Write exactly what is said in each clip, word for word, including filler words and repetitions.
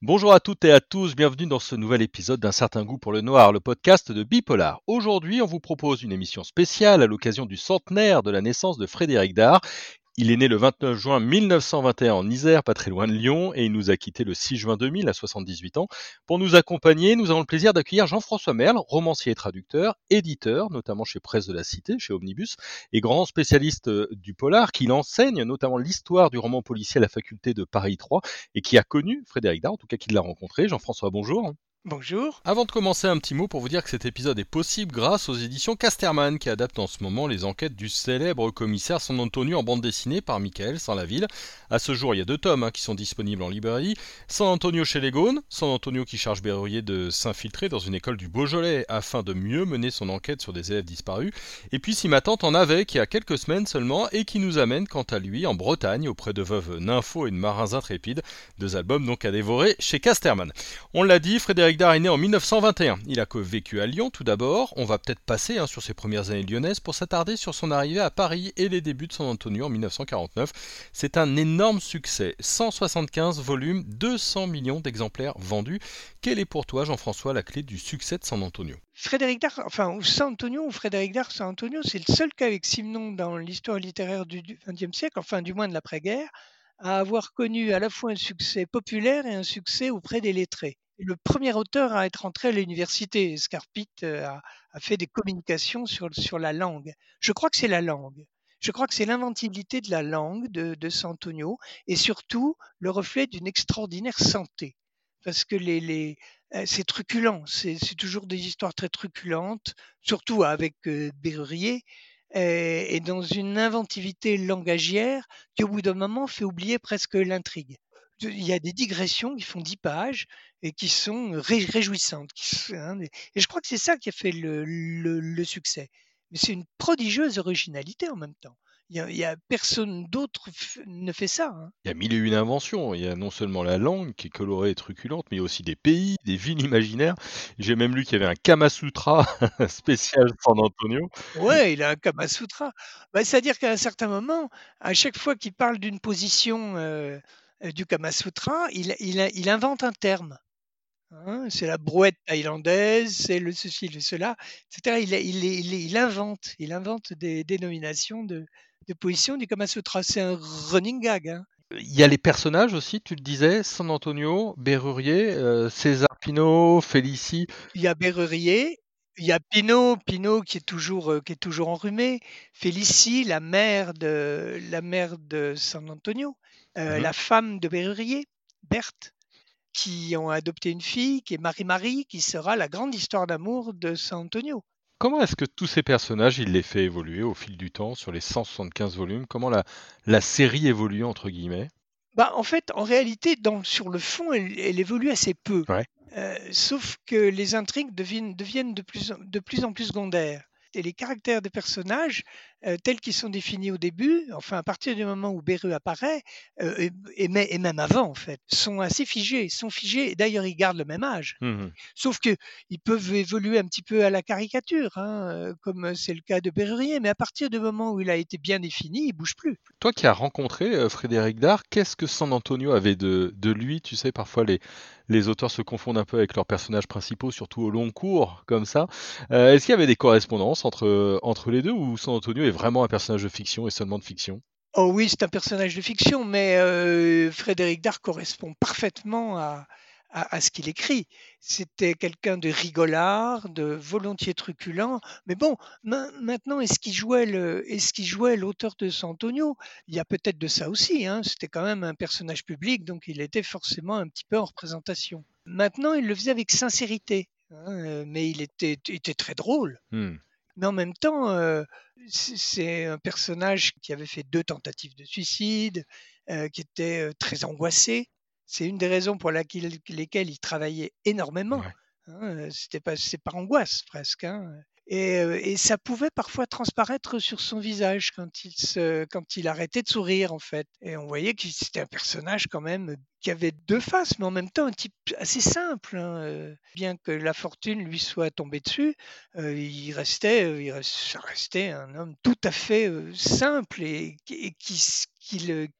Bonjour à toutes et à tous, bienvenue dans ce nouvel épisode d'Un certain goût pour le noir, le podcast de Bipolar. Aujourd'hui, on vous propose une émission spéciale à l'occasion du centenaire de la naissance de Frédéric Dard. Il est né le vingt-neuf juin mille neuf cent vingt et un en Isère, pas très loin de Lyon, et il nous a quittés le six juin deux mille à soixante-dix-huit ans. Pour nous accompagner, nous avons le plaisir d'accueillir Jean-François Merle, romancier et traducteur, éditeur, notamment chez Presse de la Cité, chez Omnibus, et grand spécialiste euh, du polar, qui enseigne notamment l'histoire du roman policier à la faculté de Paris trois, et qui a connu Frédéric Dard, en tout cas qui l'a rencontré. Jean-François, bonjour. Bonjour. Avant de commencer, un petit mot pour vous dire que cet épisode est possible grâce aux éditions Casterman qui adaptent en ce moment les enquêtes du célèbre commissaire San Antonio en bande dessinée par Michael Sans-la-Ville. À ce jour, il y a deux tomes hein, qui sont disponibles en librairie. San Antonio chez les Gaunes, San Antonio qui charge Berrurier de s'infiltrer dans une école du Beaujolais afin de mieux mener son enquête sur des élèves disparus. Et puis Si ma tante en avait, qui a quelques semaines seulement et qui nous amène quant à lui en Bretagne auprès de veuves nympho et de marins intrépides. Deux albums donc à dévorer chez Casterman. On l'a dit, Frédéric Dard est né en mille neuf cent vingt et un. Il a vécu à Lyon tout d'abord. On va peut-être passer hein, sur ses premières années lyonnaises pour s'attarder sur son arrivée à Paris et les débuts de San Antonio en mille neuf cent quarante-neuf. C'est un énorme succès. cent soixante-quinze volumes, deux cents millions d'exemplaires vendus. Quelle est pour toi, Jean-François, la clé du succès de San Antonio ? Frédéric Dard, enfin, ou San Antonio, ou Frédéric Dard, San Antonio, c'est le seul cas avec Simenon dans l'histoire littéraire du vingtième siècle, enfin, du moins de l'après-guerre, à avoir connu à la fois un succès populaire et un succès auprès des lettrés. Le premier auteur à être entré à l'université, Scarpit, a, a fait des communications sur, sur la langue. Je crois que c'est la langue. Je crois que c'est l'inventivité de la langue de, de San Antonio et surtout le reflet d'une extraordinaire santé. Parce que les, les, euh, c'est truculent, c'est, c'est toujours des histoires très truculentes, surtout avec euh, Berrurier, euh, et dans une inventivité langagière qui, au bout d'un moment, fait oublier presque l'intrigue. Il y a des digressions qui font dix pages et qui sont ré- réjouissantes. Qui, hein, et je crois que c'est ça qui a fait le, le, le succès. Mais c'est une prodigieuse originalité en même temps. Il y a, il y a personne d'autre f- ne fait ça. Hein. Il y a mille et une inventions. Il y a non seulement la langue qui est colorée et truculente, mais il y a aussi des pays, des villes imaginaires. J'ai même lu qu'il y avait un Kama Sutra spécial San Antonio. Ouais, il a un Kama Sutra. Bah, c'est-à-dire qu'à un certain moment, à chaque fois qu'il parle d'une position euh, euh, du Kama Sutra, il, il, il invente un terme. Hein, c'est la brouette thaïlandaise, c'est le ceci, le cela, et cetera. Il, il, il, il invente, il invente des dénominations de, de positions du Kama Sutra. C'est un running gag. Hein. Il y a les personnages aussi, tu le disais, San Antonio, Berrurier, euh, César Pinault, Félicie. Il y a Berrurier, il y a Pinot, Pinot qui est toujours, euh, qui est toujours enrhumé, Félicie, la mère de, la mère de San Antonio, euh, Mhm. la femme de Berrurier, Berthe, qui ont adopté une fille qui est Marie-Marie, qui sera la grande histoire d'amour de San Antonio. Comment est-ce que tous ces personnages, il les fait évoluer au fil du temps sur les cent soixante-quinze volumes? Comment la, la série évolue, entre guillemets? Bah, en fait, en réalité, dans, sur le fond, elle, elle évolue assez peu. Ouais. Euh, sauf que les intrigues deviennent, deviennent de, plus, en- de plus en plus secondaires. Et les caractères des personnages, euh, tels qu'ils sont définis au début, enfin à partir du moment où Beru apparaît, euh, et, et mê- et même avant en fait, sont assez figés, sont figés. Et d'ailleurs, ils gardent le même âge. Mhm. Sauf qu'ils peuvent évoluer un petit peu à la caricature, hein, euh, comme c'est le cas de Berrurier, mais à partir du moment où il a été bien défini, il bouge plus. Toi qui as rencontré euh, Frédéric Dard, qu'est-ce que San Antonio avait de, de lui? Tu sais, parfois les, les auteurs se confondent un peu avec leurs personnages principaux, surtout au long cours, comme ça. Euh, est-ce qu'il y avait des correspondances entre, entre les deux ou San Antonio est vraiment un personnage de fiction et seulement de fiction? Oh oui, c'est un personnage de fiction, mais euh, Frédéric Dard correspond parfaitement à, à, à ce qu'il écrit. C'était quelqu'un de rigolard, de volontiers truculent. Mais bon, ma- maintenant, est-ce qu'il jouait le, est-ce qu'il jouait l'auteur de San Antonio? Il y a peut-être de ça aussi. Hein. C'était quand même un personnage public, donc il était forcément un petit peu en représentation. Maintenant, il le faisait avec sincérité, hein, euh, mais il était, était très drôle. Hmm. Mais en même temps, euh, c'est c'est un personnage qui avait fait deux tentatives de suicide, euh, qui était euh, très angoissé. C'est une des raisons pour laquelle, lesquelles il travaillait énormément. Ouais. Hein, euh, c'était pas, c'est par angoisse presque. Hein. Et, euh, et ça pouvait parfois transparaître sur son visage quand il, se, quand il arrêtait de sourire en fait. Et on voyait que c'était un personnage quand même qui avait deux faces, mais en même temps un type assez simple. Hein. Euh, Bien que la fortune lui soit tombée dessus, euh, il restait, euh, il reste- ça restait un homme tout à fait euh, simple et, et qui, qui, le-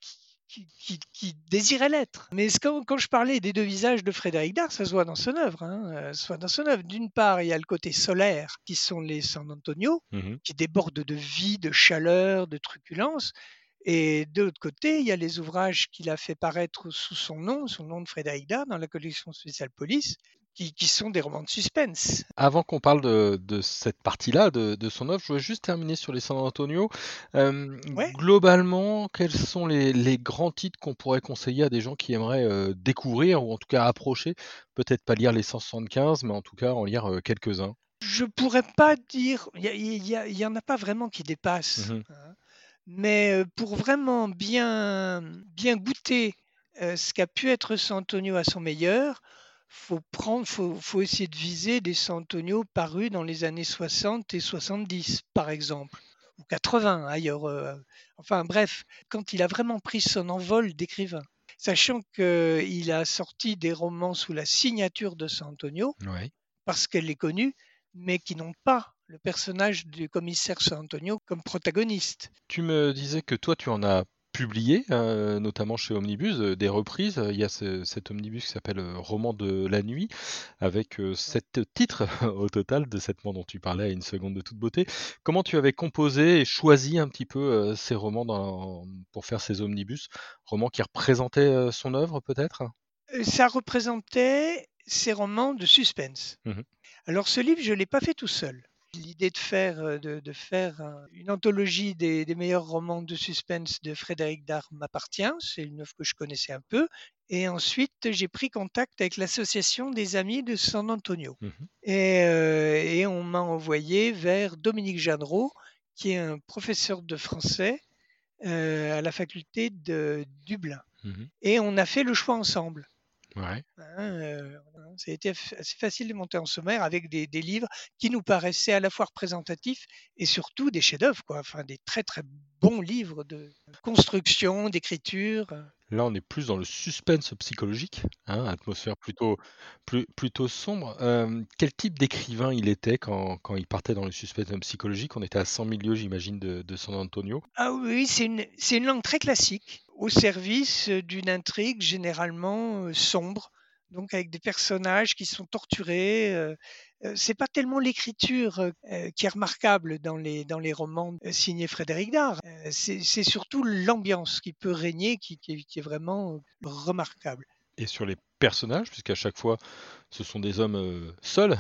qui, qui, qui désirait l'être. Mais quand, quand je parlais des deux visages de Frédéric Dard, ça se voit dans son œuvre. Hein, euh, ça se voit dans son œuvre. D'une part, il y a le côté solaire, qui sont les San Antonio, Mmh. qui débordent de vie, de chaleur, de truculence. Et de l'autre côté, il y a les ouvrages qu'il a fait paraître sous son nom, sous le nom de Frédéric Dard, dans la collection spéciale Police, qui, qui sont des romans de suspense. Avant qu'on parle de, de cette partie-là de, de son œuvre, je voulais juste terminer sur les San Antonio. Euh, Ouais. Globalement, quels sont les, les grands titres qu'on pourrait conseiller à des gens qui aimeraient euh, découvrir ou en tout cas approcher, peut-être pas lire les cent soixante-quinze, mais en tout cas en lire euh, quelques-uns? Je pourrais pas dire, il y, a- il y, a- il y en a pas vraiment qui dépassent. Mhm. Hein. Mais euh, pour vraiment bien, bien goûter euh, ce qu'a pu être San Antonio à son meilleur, faut prendre, faut, faut essayer de viser des San Antonio parus dans les années soixante et soixante-dix, par exemple, ou quatre-vingts ailleurs. euh, enfin bref, quand il a vraiment pris son envol d'écrivain. Sachant qu'il a sorti des romans sous la signature de San Antonio, Ouais. parce qu'elle est connue, mais qui n'ont pas le personnage du commissaire San Antonio comme protagoniste. Tu me disais que toi, tu en as publié, euh, notamment chez Omnibus, euh, des reprises. Il y a ce- cet omnibus qui s'appelle euh, Roman de la nuit, avec euh, sept titres au total de cette dont tu parlais à une seconde de toute beauté. Comment tu avais composé et choisi un petit peu euh, ces romans dans- pour faire ces omnibus, romans qui représentaient euh, son œuvre peut-être? Euh, Ça représentait ces romans de suspense. Mhm. Alors ce livre, je ne l'ai pas fait tout seul. L'idée de faire, euh, de, de faire un- une anthologie des, des meilleurs romans de suspense de Frédéric Dard m'appartient. C'est une œuvre que je connaissais un peu. Et ensuite, j'ai pris contact avec l'association des amis de San Antonio. Mhm. Et, euh, et on m'a envoyé vers Dominique Jeannereau, qui est un professeur de français euh, à la faculté de Dublin. Mhm. Et on a fait le choix ensemble. Ouais. Hein, euh, ça a été f- assez facile de monter en sommaire avec des, des livres qui nous paraissaient à la fois représentatifs et surtout des chefs-d'œuvre, quoi. Enfin, des très très bons livres de construction, d'écriture. Là, on est plus dans le suspense psychologique, hein, atmosphère plutôt, plus, plutôt sombre. Euh, quel type d'écrivain il était quand, quand il partait dans le suspense psychologique? On était à cent mille lieues, j'imagine, de, de San Antonio. Ah oui, c'est une, c'est une langue très classique, au service euh, d'une intrigue généralement euh, sombre, donc avec des personnages qui sont torturés. Euh, euh, c'est pas tellement l'écriture euh, euh, qui est remarquable dans les, dans les romans euh, signés Frédéric Dard, euh, c'est, c'est surtout l'ambiance qui peut régner qui, qui est, qui est vraiment euh, remarquable. Et sur les personnages, puisqu'à chaque fois, ce sont des hommes euh, seuls,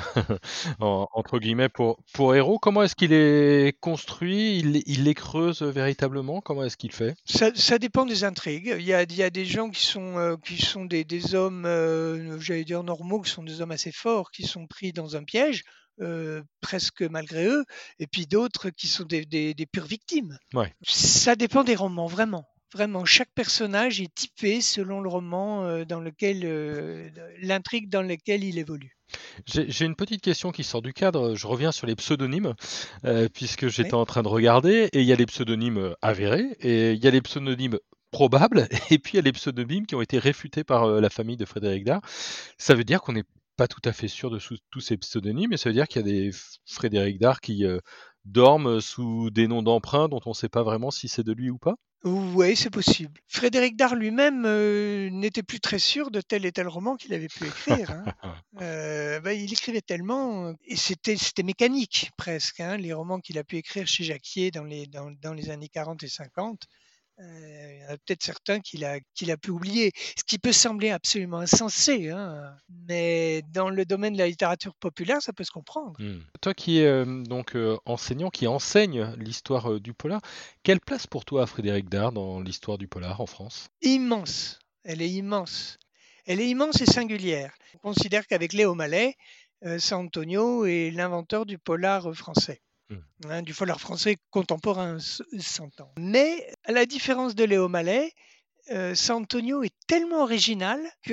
en- entre guillemets, pour, pour héros. Comment est-ce qu'il est construit? Il, il les creuse véritablement? Comment est-ce qu'il fait? Ça, ça dépend des intrigues. Il y a, il y a des gens qui sont, euh, qui sont des, des hommes, euh, j'allais dire normaux, qui sont des hommes assez forts, qui sont pris dans un piège, euh, presque malgré eux, et puis d'autres qui sont des, des, des pures victimes. Ouais. Ça dépend des romans, vraiment. Vraiment, chaque personnage est typé selon le roman euh, dans lequel, euh, l'intrigue dans laquelle il évolue. J'ai j'ai une petite question qui sort du cadre. Je reviens sur les pseudonymes, euh, puisque j'étais Oui. en train de regarder, et il y a les pseudonymes euh, avérés, et il y a les pseudonymes probables, et puis il y a les pseudonymes qui ont été réfutés par euh, la famille de Frédéric Dard. Ça veut dire qu'on n'est pas tout à fait sûr de sous- tous ces pseudonymes, et ça veut dire qu'il y a des F- Frédéric Dard qui euh, dorment sous des noms d'emprunt dont on ne sait pas vraiment si c'est de lui ou pas. Oui, c'est possible. Frédéric Dard lui-même euh, n'était plus très sûr de tel et tel roman qu'il avait pu écrire. Hein. Euh, bah, il écrivait tellement, euh, et c'était, c'était mécanique presque, hein, les romans qu'il a pu écrire chez Jacquier dans les, dans, dans les années quarante et cinquante. Euh, il y en a peut-être certains qu'il a, qu'il a pu oublier, ce qui peut sembler absolument insensé, hein, mais dans le domaine de la littérature populaire, ça peut se comprendre. Hmm. Toi qui es euh, donc euh, enseignant, qui enseigne l'histoire euh, du polar, quelle place pour toi a Frédéric Dard dans l'histoire du polar en France? Immense, elle est immense. Elle est immense et singulière. On considère qu'avec Léo Mallet, euh, San Antonio est l'inventeur du polar français. Hmm. Hein, du polar français contemporain, s- s'entend. Mais à la différence de Léo Mallet, euh, San Antonio est tellement original qu'il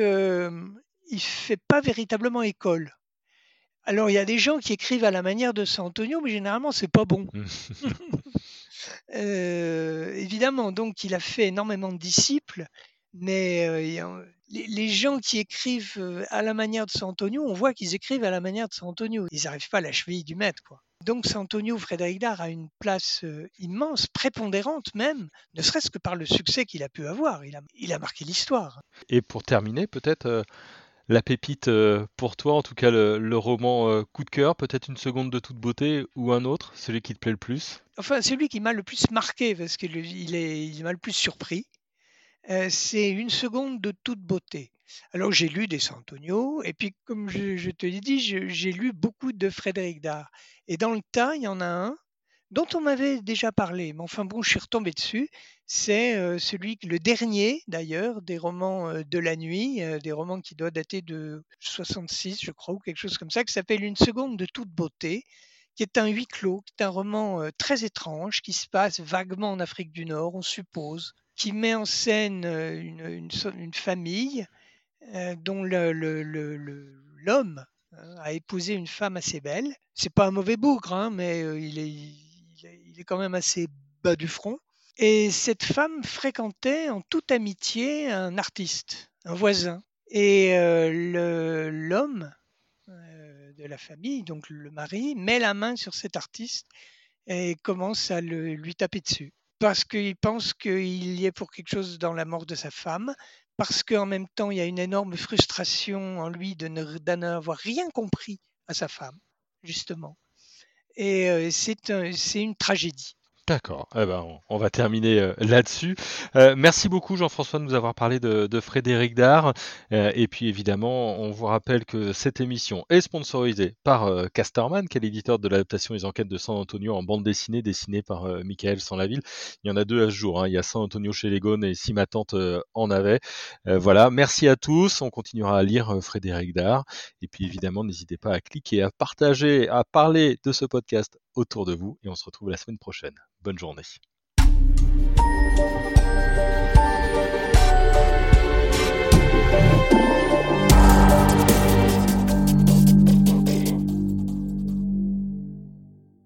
ne fait pas véritablement école. Alors il y a des gens qui écrivent à la manière de San Antonio, mais généralement c'est pas bon. Hmm. Euh, évidemment, donc il a fait énormément de disciples, mais euh, il y a- les, les gens qui écrivent euh, à la manière de San Antonio, on voit qu'ils écrivent à la manière de San Antonio. Ils n'arrivent pas à la cheville du maître, quoi. Donc San Antonio, Frédéric Dard a une place euh, immense, prépondérante même, ne serait-ce que par le succès qu'il a pu avoir. Il a, il a marqué l'histoire. Et pour terminer, peut-être euh, la pépite euh, pour toi, en tout cas le, le roman euh, coup de cœur, peut-être Une seconde de toute beauté ou un autre, celui qui te plaît le plus. Enfin, c'est lui qui m'a le plus marqué parce qu'il il est, il m'a le plus surpris. Euh, c'est Une seconde de toute beauté. Alors j'ai lu des San Antonio et puis comme je, je te l'ai dit, je- j'ai lu beaucoup de Frédéric Dard. Et dans le tas, il y en a un dont on m'avait déjà parlé, mais enfin bon, je suis retombé dessus. C'est euh, celui, le dernier d'ailleurs, des romans euh, de la nuit, euh, des romans qui doivent dater de soixante-six, je crois, ou quelque chose comme ça, qui s'appelle Une seconde de toute beauté, qui est un huis clos, qui est un roman euh, très étrange, qui se passe vaguement en Afrique du Nord, on suppose, qui met en scène euh, une, une so- une famille euh, dont le- le- le- le- l'homme euh, a épousé une femme assez belle. C'est pas un mauvais bougre, hein, mais euh, il, est, il, est, il est quand même assez bas du front. Et cette femme fréquentait en toute amitié un artiste, un voisin. Et euh, le- l'homme euh, de la famille, donc le mari, met la main sur cet artiste et commence à le- lui taper dessus. Parce qu'il pense qu'il y est pour quelque chose dans la mort de sa femme, parce qu'en même temps, il y a une énorme frustration en lui de ne- de n'avoir rien compris à sa femme, justement. Et euh, c'est un- c'est une tragédie. D'accord, eh ben, on, on va terminer euh, là-dessus. Euh, merci beaucoup Jean-François de nous avoir parlé de, de Frédéric Dard. Euh, et puis évidemment, on vous rappelle que cette émission est sponsorisée par euh, Casterman, qui est l'éditeur de l'adaptation des enquêtes de San Antonio en bande dessinée, dessinée par euh, Michael Sanlaville. Il y en a deux à ce jour, hein. Il y a San Antonio chez les Gaunes et Si ma tante euh, en avait. Euh, voilà, merci à tous. On continuera à lire euh, Frédéric Dard. Et puis évidemment, n'hésitez pas à cliquer, à partager, à parler de ce podcast autour de vous. Et on se retrouve la semaine prochaine. Bonne journée.